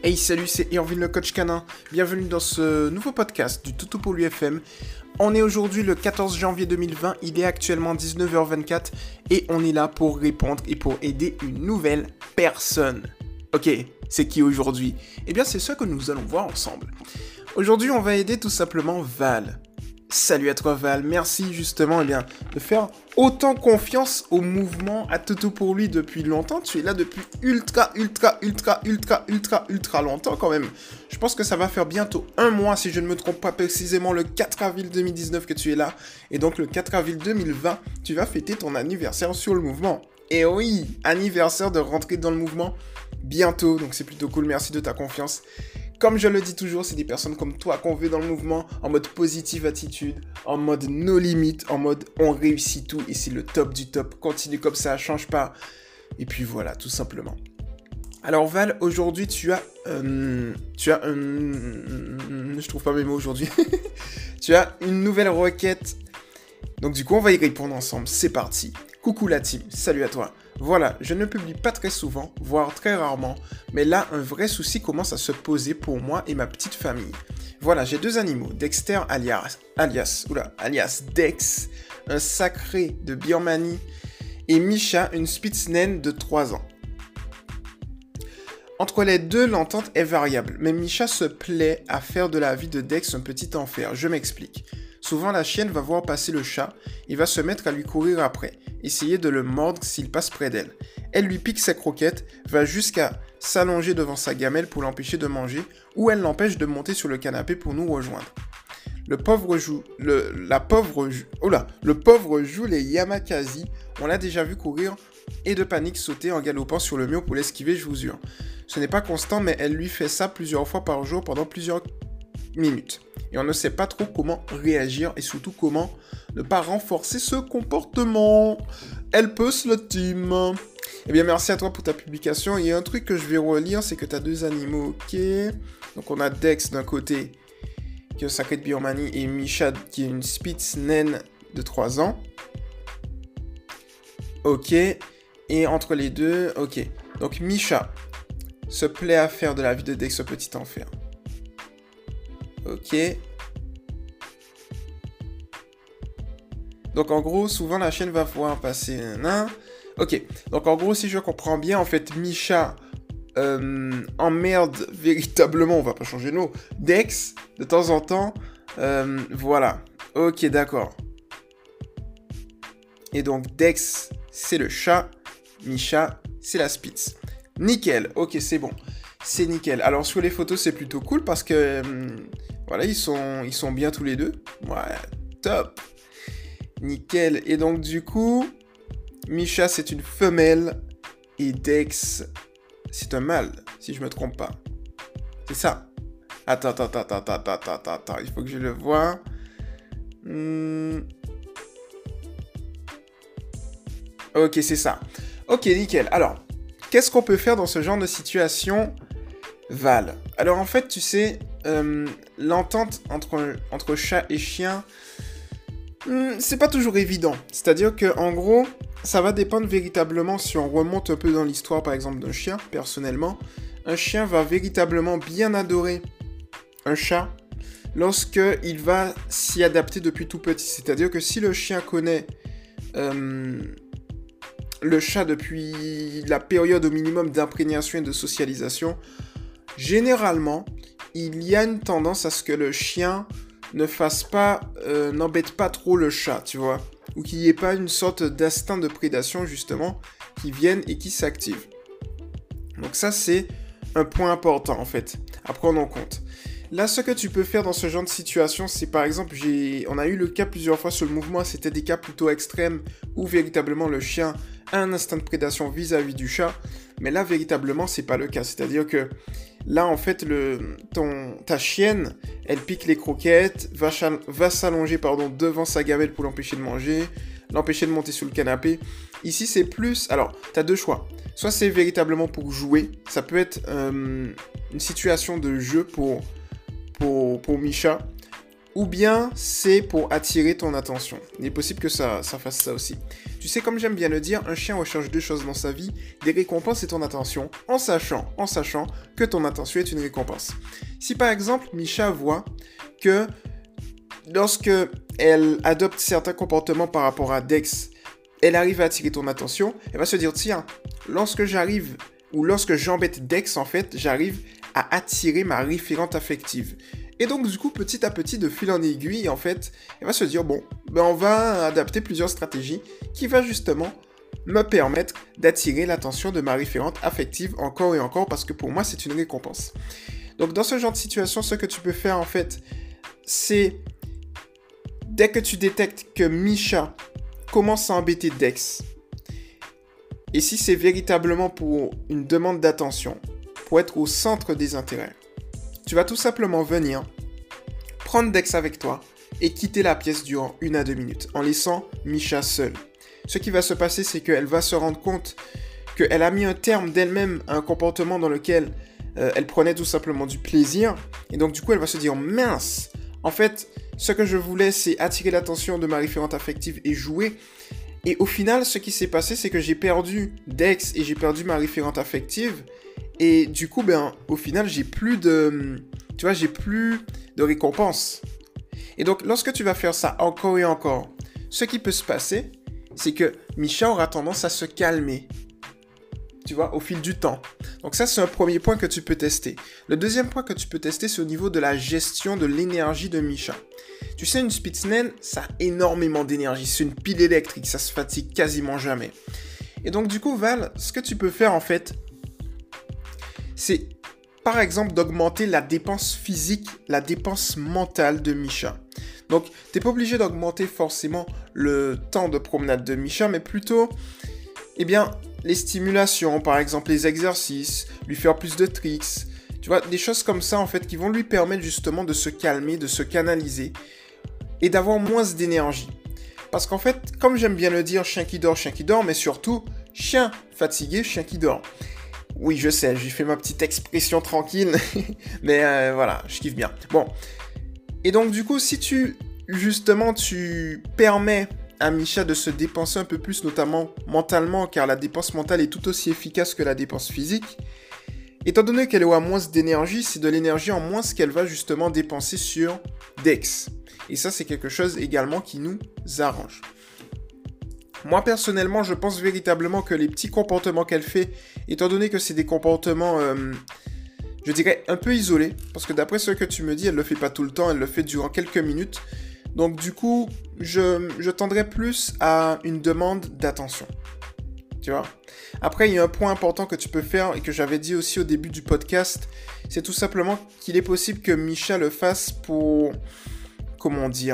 Hey salut, c'est Irvine le coach canin. Bienvenue dans ce nouveau podcast du Toutou pour l'UFM. On est aujourd'hui le 14 janvier 2020, il est actuellement 19h24 et on est là pour répondre et pour aider une nouvelle personne. Ok, c'est qui aujourd'hui? Eh bien c'est ça que nous allons voir ensemble. Aujourd'hui on va aider tout simplement Val. Salut à toi Val, merci justement de faire autant confiance au mouvement à Toutou pour lui depuis longtemps. Tu es là depuis ultra longtemps quand même. Je pense que ça va faire bientôt un mois si je ne me trompe pas, précisément le 4 avril 2019 que tu es là. Et donc le 4 avril 2020, tu vas fêter ton anniversaire sur le mouvement. Et oui, anniversaire de rentrer dans le mouvement bientôt, donc c'est plutôt cool, merci de ta confiance. Comme je le dis toujours, c'est des personnes comme toi qu'on veut dans le mouvement, en mode positive attitude, en mode no limit, en mode on réussit tout et c'est le top du top. Continue comme ça, change pas. Et puis voilà, tout simplement. Alors Val, aujourd'hui je trouve pas mes mots aujourd'hui. Tu as une nouvelle requête. Donc du coup, on va y répondre ensemble. C'est parti. Coucou la team, salut à toi. Voilà, je ne publie pas très souvent, voire très rarement, mais là, un vrai souci commence à se poser pour moi et ma petite famille. Voilà, j'ai deux animaux, Dexter alias Dex, un sacré de Birmanie, et Misha, une Spitz naine de 3 ans. Entre les deux, l'entente est variable, mais Misha se plaît à faire de la vie de Dex un petit enfer, je m'explique. Souvent, la chienne va voir passer le chat et va se mettre à lui courir après, essayer de le mordre s'il passe près d'elle. Elle lui pique ses croquettes, va jusqu'à s'allonger devant sa gamelle pour l'empêcher de manger, ou elle l'empêche de monter sur le canapé pour nous rejoindre. Le pauvre joue les Yamakasi, on l'a déjà vu courir et de panique sauter en galopant sur le mur pour l'esquiver, je vous jure. Ce n'est pas constant, mais elle lui fait ça plusieurs fois par jour pendant plusieurs minutes. Et on ne sait pas trop comment réagir et surtout comment ne pas renforcer ce comportement. Elle peut se le team. Eh bien, merci à toi pour ta publication. Il y a un truc que je vais relire, c'est que tu as deux animaux, ok. Donc, on a Dex d'un côté, qui est un sacré de Birmanie, et Misha, qui est une Spitz naine de 3 ans. Ok. Et entre les deux, ok. Donc, Misha se plaît à faire de la vie de Dex un petit enfer. Ok. Donc en gros, souvent la chienne va pouvoir passer un. Ok. Donc en gros, si je comprends bien, en fait, Misha emmerde véritablement, on va pas changer de mot, Dex, de temps en temps. Voilà. Ok, d'accord. Et donc Dex, c'est le chat. Misha, c'est la Spitz. Nickel. Ok, c'est bon. C'est nickel. Alors sur les photos, c'est plutôt cool parce que... voilà, ils sont bien tous les deux. Ouais, top. Nickel. Et donc, du coup, Misha, c'est une femelle. Et Dex, c'est un mâle, si je me trompe pas. C'est ça. Attends. Il faut que je le voie. Ok, c'est ça. Ok, nickel. Alors, qu'est-ce qu'on peut faire dans ce genre de situation, Val? Alors, en fait, tu sais... l'entente entre chat et chien, c'est pas toujours évident. C'est-à-dire que en gros, ça va dépendre véritablement si on remonte un peu dans l'histoire, par exemple, d'un chien, personnellement. Un chien va véritablement bien adorer un chat lorsqu'il va s'y adapter depuis tout petit. C'est-à-dire que si le chien connaît le chat depuis la période au minimum d'imprégnation et de socialisation, généralement, il y a une tendance à ce que le chien n'embête pas trop le chat, tu vois. Ou qu'il n'y ait pas une sorte d'instinct de prédation, justement, qui vienne et qui s'active. Donc ça, c'est un point important, en fait, à prendre en compte. Là, ce que tu peux faire dans ce genre de situation, c'est par exemple, on a eu le cas plusieurs fois sur le mouvement, c'était des cas plutôt extrêmes, où véritablement le chien a un instinct de prédation vis-à-vis du chat, mais là, véritablement, c'est pas le cas. C'est-à-dire que là, en fait, ta chienne, elle pique les croquettes, va s'allonger devant sa gamelle pour l'empêcher de manger, l'empêcher de monter sur le canapé. Ici, c'est plus... Alors, tu as deux choix. Soit c'est véritablement pour jouer, ça peut être une situation de jeu pour Misha, ou bien c'est pour attirer ton attention. Il est possible que ça fasse ça aussi. Tu sais, comme j'aime bien le dire, un chien recherche 2 choses dans sa vie, des récompenses et ton attention, en sachant que ton attention est une récompense. Si par exemple, Misha voit que lorsque elle adopte certains comportements par rapport à Dex, elle arrive à attirer ton attention, elle va se dire, tiens, lorsque j'embête Dex, en fait, j'arrive à attirer ma référente affective. Et donc, du coup, petit à petit, de fil en aiguille, en fait, elle va se dire, bon, on va adapter plusieurs stratégies qui va justement me permettre d'attirer l'attention de ma référente affective encore et encore, parce que pour moi, c'est une récompense. Donc, dans ce genre de situation, ce que tu peux faire, en fait, c'est, dès que tu détectes que Misha commence à embêter Dex, et si c'est véritablement pour une demande d'attention, pour être au centre des intérêts, tu vas tout simplement venir, prendre Dex avec toi et quitter la pièce durant 1 à 2 minutes, en laissant Misha seule. Ce qui va se passer, c'est qu'elle va se rendre compte qu'elle a mis un terme d'elle-même à un comportement dans lequel elle prenait tout simplement du plaisir, et donc du coup elle va se dire, mince, en fait, ce que je voulais, c'est attirer l'attention de ma référente affective et jouer. Et au final, ce qui s'est passé, c'est que j'ai perdu Dex et j'ai perdu ma référente affective. Et du coup, au final, j'ai plus de récompense. Et donc, lorsque tu vas faire ça encore et encore, ce qui peut se passer, c'est que Misha aura tendance à se calmer. Tu vois, au fil du temps. Donc ça, c'est un premier point que tu peux tester. Le deuxième point que tu peux tester, c'est au niveau de la gestion de l'énergie de Misha. Tu sais, une Spitznaine, ça a énormément d'énergie. C'est une pile électrique, ça se fatigue quasiment jamais. Et donc, du coup, Val, ce que tu peux faire, en fait, c'est, par exemple, d'augmenter la dépense physique, la dépense mentale de Misha. Donc, tu n'es pas obligé d'augmenter forcément le temps de promenade de Misha, mais plutôt, les stimulations, par exemple les exercices, lui faire plus de tricks, tu vois, des choses comme ça en fait qui vont lui permettre justement de se calmer, de se canaliser et d'avoir moins d'énergie. Parce qu'en fait, comme j'aime bien le dire, chien qui dort, mais surtout, chien fatigué, chien qui dort. Oui, je sais, j'ai fait ma petite expression tranquille, mais voilà, je kiffe bien. Bon, et donc du coup, si tu permets à Misha de se dépenser un peu plus, notamment mentalement, car la dépense mentale est tout aussi efficace que la dépense physique. Étant donné qu'elle aura moins d'énergie, c'est de l'énergie en moins qu'elle va justement dépenser sur Dex. Et ça, c'est quelque chose également qui nous arrange. Moi, personnellement, je pense véritablement que les petits comportements qu'elle fait, étant donné que c'est des comportements, je dirais, un peu isolés, parce que d'après ce que tu me dis, elle ne le fait pas tout le temps, elle le fait durant quelques minutes. Donc du coup, je tendrais plus à une demande d'attention. Tu vois ? Après, il y a un point important que tu peux faire et que j'avais dit aussi au début du podcast, c'est tout simplement qu'il est possible que Misha le fasse pour... Comment dire ?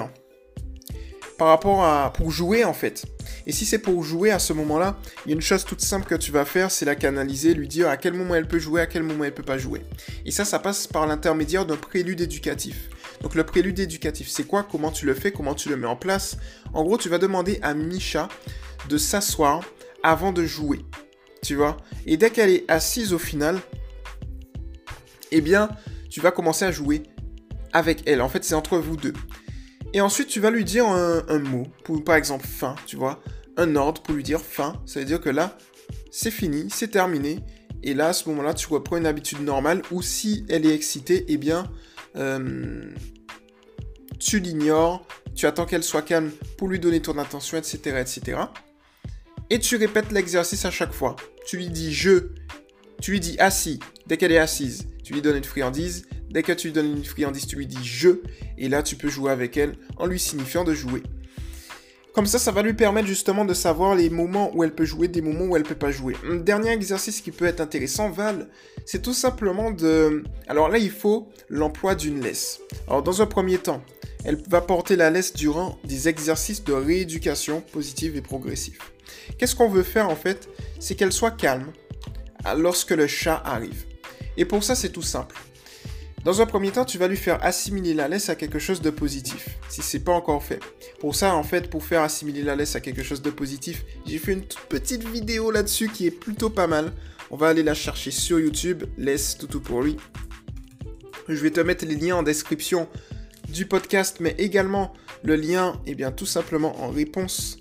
Pour jouer en fait. Et si c'est pour jouer à ce moment-là, il y a une chose toute simple que tu vas faire, c'est la canaliser, lui dire à quel moment elle peut jouer, à quel moment elle peut pas jouer. Et ça passe par l'intermédiaire d'un prélude éducatif. Donc le prélude éducatif, c'est quoi ? Comment tu le fais ? Comment tu le mets en place ? En gros, tu vas demander à Misha de s'asseoir avant de jouer. Tu vois ? Et dès qu'elle est assise au final, tu vas commencer à jouer avec elle. En fait, c'est entre vous deux. Et ensuite, tu vas lui dire un mot, par exemple fin, tu vois, un ordre pour lui dire fin. Ça veut dire que là, c'est fini, c'est terminé. Et là, à ce moment-là, tu reprends une habitude normale où si elle est excitée, tu l'ignores, tu attends qu'elle soit calme pour lui donner ton attention, etc., etc. Et tu répètes l'exercice à chaque fois. Tu lui dis je, tu lui dis assis. Dès qu'elle est assise, tu lui donnes une friandise. Dès que tu lui donnes une friandise, tu lui dis je. Et là, tu peux jouer avec elle en lui signifiant de jouer. Comme ça va lui permettre justement de savoir les moments où elle peut jouer, des moments où elle peut pas jouer. Un dernier exercice qui peut être intéressant, Val, c'est tout simplement de... Alors là, il faut l'emploi d'une laisse. Alors dans un premier temps, elle va porter la laisse durant des exercices de rééducation positive et progressive. Qu'est-ce qu'on veut faire en fait ? C'est qu'elle soit calme lorsque le chat arrive. Et pour ça, c'est tout simple. Dans un premier temps, tu vas lui faire assimiler la laisse à quelque chose de positif, si c'est pas encore fait. Pour ça, en fait, pour faire assimiler la laisse à quelque chose de positif, j'ai fait une toute petite vidéo là-dessus qui est plutôt pas mal. On va aller la chercher sur YouTube, laisse toutou pour lui. Je vais te mettre les liens en description du podcast, mais également le lien, eh bien, tout simplement en réponse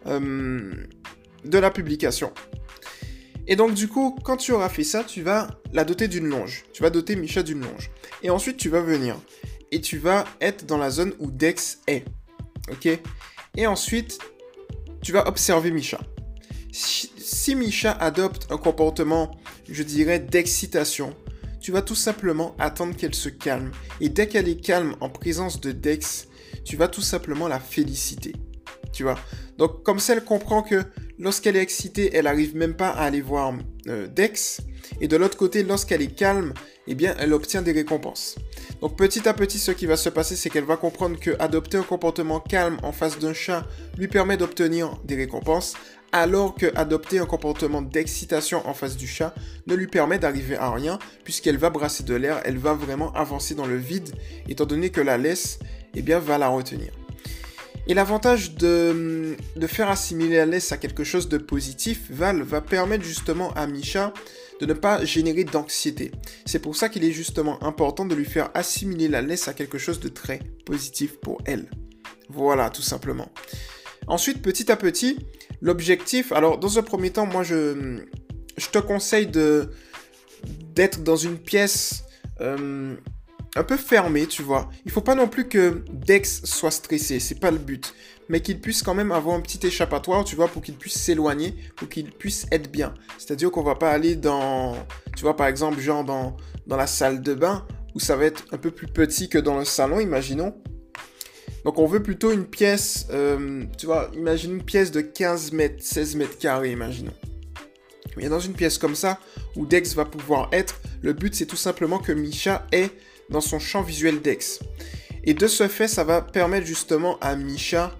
de la publication. Et donc, du coup, quand tu auras fait ça, tu vas la doter d'une longe. Tu vas doter Misha d'une longe. Et ensuite, tu vas venir. Et tu vas être dans la zone où Dex est. Ok ? Et ensuite, tu vas observer Misha. Si Misha adopte un comportement, je dirais, d'excitation, tu vas tout simplement attendre qu'elle se calme. Et dès qu'elle est calme en présence de Dex, tu vas tout simplement la féliciter. Tu vois ? Donc, comme ça, elle comprend que lorsqu'elle est excitée, elle n'arrive même pas à aller voir Dex. Et de l'autre côté, lorsqu'elle est calme, eh bien, elle obtient des récompenses. Donc, petit à petit, ce qui va se passer, c'est qu'elle va comprendre que adopter un comportement calme en face d'un chat lui permet d'obtenir des récompenses, alors que adopter un comportement d'excitation en face du chat ne lui permet d'arriver à rien, puisqu'elle va brasser de l'air, elle va vraiment avancer dans le vide, étant donné que la laisse, eh bien, va la retenir. Et l'avantage de faire assimiler la laisse à quelque chose de positif, va permettre justement à Misha de ne pas générer d'anxiété. C'est pour ça qu'il est justement important de lui faire assimiler la laisse à quelque chose de très positif pour elle. Voilà, tout simplement. Ensuite, petit à petit, l'objectif... Alors, dans un premier temps, moi, je te conseille d'être dans une pièce... un peu fermé, tu vois. Il faut pas non plus que Dex soit stressé, c'est pas le but. Mais qu'il puisse quand même avoir un petit échappatoire, tu vois, pour qu'il puisse s'éloigner, pour qu'il puisse être bien. C'est-à-dire qu'on va pas aller dans, tu vois, par exemple, genre dans la salle de bain, où ça va être un peu plus petit que dans le salon, imaginons. Donc on veut plutôt une pièce, tu vois, imagine une pièce de 15 mètres, 16 mètres carrés, imaginons. Mais dans une pièce comme ça, où Dex va pouvoir être, le but c'est tout simplement que Misha ait dans son champ visuel Dex. Et de ce fait, ça va permettre justement à Misha,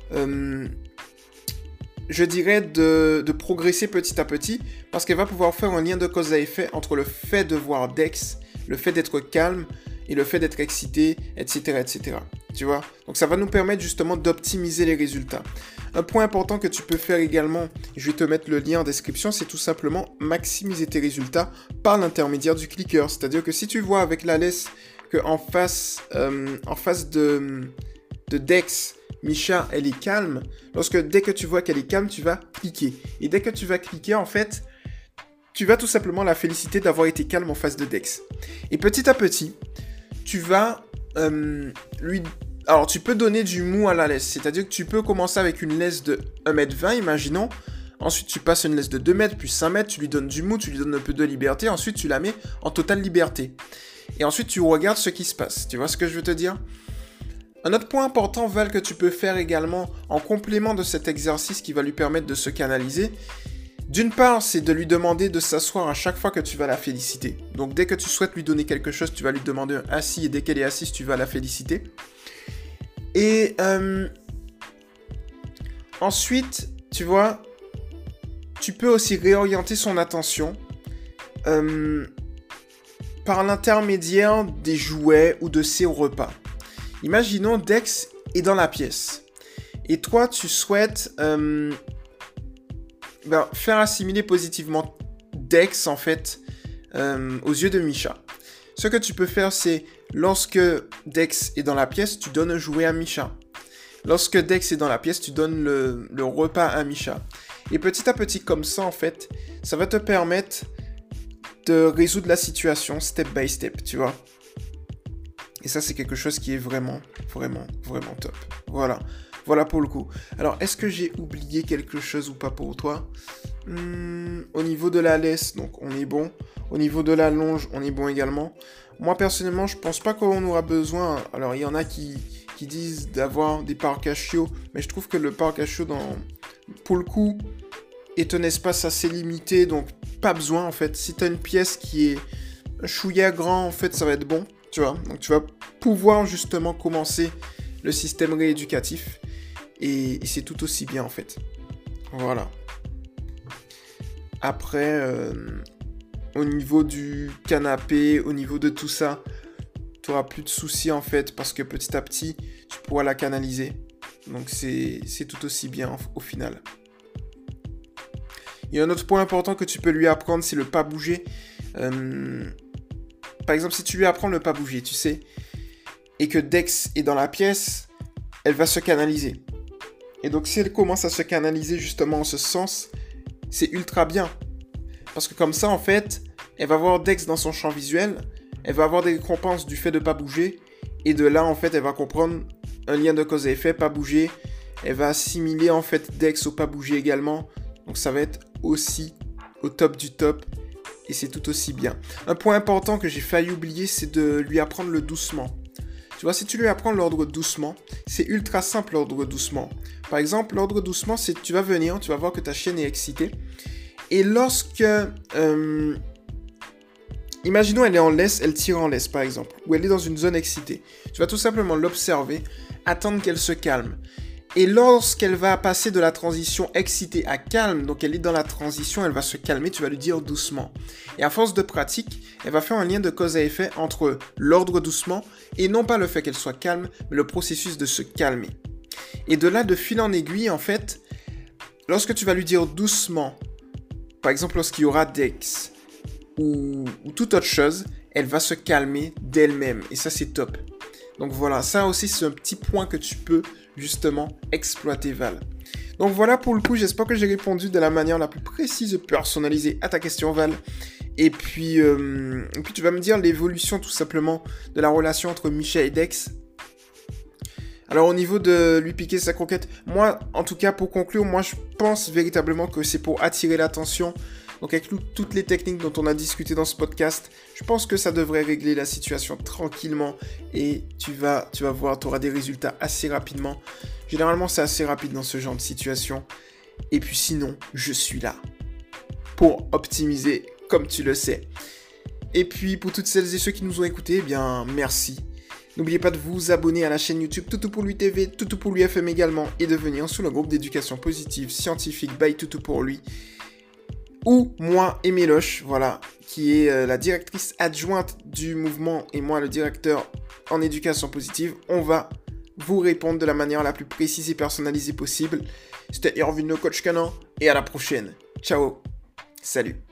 je dirais, de progresser petit à petit, parce qu'elle va pouvoir faire un lien de cause à effet entre le fait de voir Dex, le fait d'être calme, et le fait d'être excité, etc., etc. Tu vois ? Donc ça va nous permettre justement d'optimiser les résultats. Un point important que tu peux faire également, je vais te mettre le lien en description, c'est tout simplement maximiser tes résultats par l'intermédiaire du clicker. C'est-à-dire que si tu vois avec la laisse qu'en face de Dex, Misha, elle est calme, dès que tu vois qu'elle est calme, tu vas cliquer. Et dès que tu vas cliquer, en fait, tu vas tout simplement la féliciter d'avoir été calme en face de Dex. Et petit à petit, tu vas lui... Alors, tu peux donner du mou à la laisse. C'est-à-dire que tu peux commencer avec une laisse de 1,20 m, imaginons. Ensuite, tu passes à une laisse de 2 mètres, puis 5 mètres. Tu lui donnes du mou, tu lui donnes un peu de liberté. Ensuite, tu la mets en totale liberté. Et ensuite, tu regardes ce qui se passe. Tu vois ce que je veux te dire ? Un autre point important, Val, que tu peux faire également en complément de cet exercice qui va lui permettre de se canaliser, d'une part, c'est de lui demander de s'asseoir à chaque fois que tu vas la féliciter. Donc, dès que tu souhaites lui donner quelque chose, tu vas lui demander un assis, et dès qu'elle est assise, tu vas la féliciter. Et ensuite, tu vois, tu peux aussi réorienter son attention par l'intermédiaire des jouets ou de ses repas. Imaginons Dex est dans la pièce. Et toi, tu souhaites faire assimiler positivement Dex, en fait, aux yeux de Misha. Ce que tu peux faire, c'est, lorsque Dex est dans la pièce, tu donnes un jouet à Misha. Lorsque Dex est dans la pièce, tu donnes le repas à Misha. Et petit à petit, comme ça, en fait, ça va te permettre de résoudre la situation step by step, tu vois. Et ça, c'est quelque chose qui est vraiment, vraiment, vraiment top. Voilà. Voilà pour le coup. Alors, est-ce que j'ai oublié quelque chose ou pas pour toi ? Au niveau de la laisse, donc on est bon. Au niveau de la longe, on est bon également. Moi, personnellement, je pense pas qu'on aura besoin. Alors, il y en a qui disent d'avoir des parcs à chiots, mais je trouve que le parc à chiots, pour le coup, est un espace assez limité, donc pas besoin, en fait. Si t'as une pièce qui est un chouïa grand, en fait, ça va être bon, tu vois. Donc, tu vas pouvoir, justement, commencer le système rééducatif. Et c'est tout aussi bien, en fait. Voilà. Après, au niveau du canapé, au niveau de tout ça, tu n'auras plus de soucis, en fait, parce que petit à petit, tu pourras la canaliser. Donc, c'est tout aussi bien, au final. Il y a un autre point important que tu peux lui apprendre, c'est le pas bouger. Par exemple, si tu lui apprends le pas bouger, tu sais, et que Dex est dans la pièce, elle va se canaliser. Et donc si elle commence à se canaliser justement en ce sens, c'est ultra bien. Parce que comme ça, en fait, elle va voir Dex dans son champ visuel, elle va avoir des récompenses du fait de ne pas bouger, et de là, en fait, elle va comprendre un lien de cause à effet, pas bouger. Elle va assimiler, en fait, Dex au pas bouger également. Donc ça va être aussi au top du top, et c'est tout aussi bien. Un point important que j'ai failli oublier, c'est de lui apprendre le doucement. Tu vois, si tu lui apprends l'ordre doucement, c'est ultra simple l'ordre doucement. Par exemple, l'ordre doucement, c'est tu vas venir, tu vas voir que ta chienne est excitée. Et lorsque... imaginons elle est en laisse, elle tire en laisse par exemple, ou elle est dans une zone excitée. Tu vas tout simplement l'observer, attendre qu'elle se calme. Et lorsqu'elle va passer de la transition excitée à calme, donc elle est dans la transition, elle va se calmer, tu vas lui dire doucement. Et à force de pratique, elle va faire un lien de cause à effet entre l'ordre doucement et non pas le fait qu'elle soit calme, mais le processus de se calmer. Et de là, de fil en aiguille, en fait, lorsque tu vas lui dire doucement, par exemple lorsqu'il y aura Dex ou toute autre chose, elle va se calmer d'elle-même. Et ça, c'est top. Donc voilà, ça aussi, c'est un petit point que tu peux justement exploiter, Val. Donc voilà pour le coup, j'espère que j'ai répondu de la manière la plus précise et personnalisée à ta question, Val. Et puis tu vas me dire l'évolution tout simplement de la relation entre Misha et Dex. Alors au niveau de lui piquer sa croquette, moi en tout cas pour conclure, moi je pense véritablement que c'est pour attirer l'attention. Donc avec toutes les techniques dont on a discuté dans ce podcast, je pense que ça devrait régler la situation tranquillement et tu vas voir, tu auras des résultats assez rapidement. Généralement c'est assez rapide dans ce genre de situation. Et puis sinon, je suis là pour optimiser comme tu le sais. Et puis pour toutes celles et ceux qui nous ont écoutés, eh bien merci. N'oubliez pas de vous abonner à la chaîne YouTube Toutou pour lui TV, Toutou pour lui FM également, et de venir sous le groupe d'éducation positive scientifique by Toutou pour lui. Ou moi et Méloche, voilà, qui est la directrice adjointe du mouvement et moi le directeur en éducation positive, on va vous répondre de la manière la plus précise et personnalisée possible. C'était Irvine, le coach canin, et à la prochaine. Ciao, salut.